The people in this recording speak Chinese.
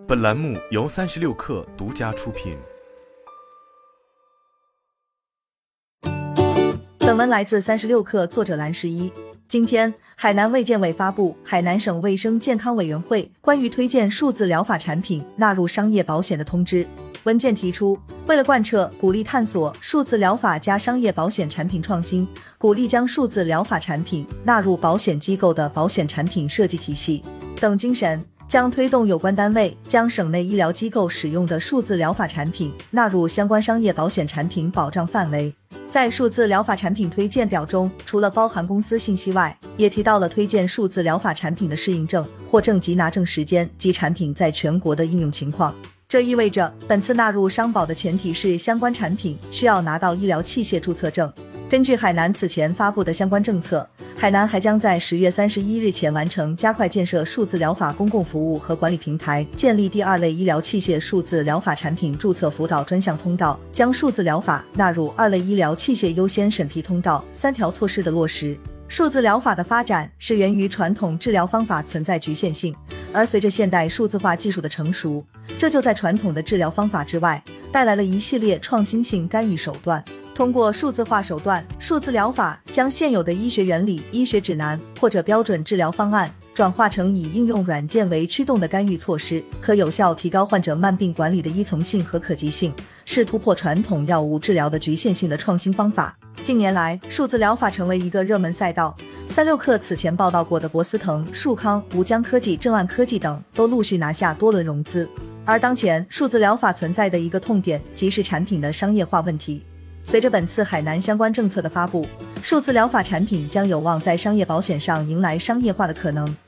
本栏目由36氪独家出品。 本文来自36氪，作者蓝十一。今天，海南卫健委发布《海南省卫生健康委员会关于推荐数字疗法产品纳入商业保险的通知》。文件提出，为了贯彻鼓励探索数字疗法加商业保险产品创新，鼓励将数字疗法产品纳入保险机构的保险产品设计体系等精神，将推动有关单位将省内医疗机构使用的数字疗法产品纳入相关商业保险产品保障范围。在数字疗法产品推荐表中，除了包含公司信息外，也提到了推荐数字疗法产品的适应症、获证及拿证时间及产品在全国的应用情况。这意味着本次纳入商保的前提是相关产品需要拿到医疗器械注册证。根据海南此前发布的相关政策，海南还将在10月31日前完成加快建设数字疗法公共服务和管理平台，建立第二类医疗器械数字疗法产品注册辅导专项通道，将数字疗法纳入二类医疗器械优先审批通道3条措施的落实。数字疗法的发展是源于传统治疗方法存在局限性，而随着现代数字化技术的成熟，这就在传统的治疗方法之外带来了一系列创新性干预手段。通过数字化手段，数字疗法将现有的医学原理、医学指南或者标准治疗方案转化成以应用软件为驱动的干预措施，可有效提高患者慢病管理的依从性和可及性，是突破传统药物治疗的局限性的创新方法。近年来，数字疗法成为一个热门赛道，36氪此前报道过的博思腾、树康、吴江科技、正岸科技等都陆续拿下多轮融资。而当前数字疗法存在的一个痛点，即是产品的商业化问题。随着本次海南相关政策的发布，数字疗法产品将有望在商业保险上迎来商业化的可能。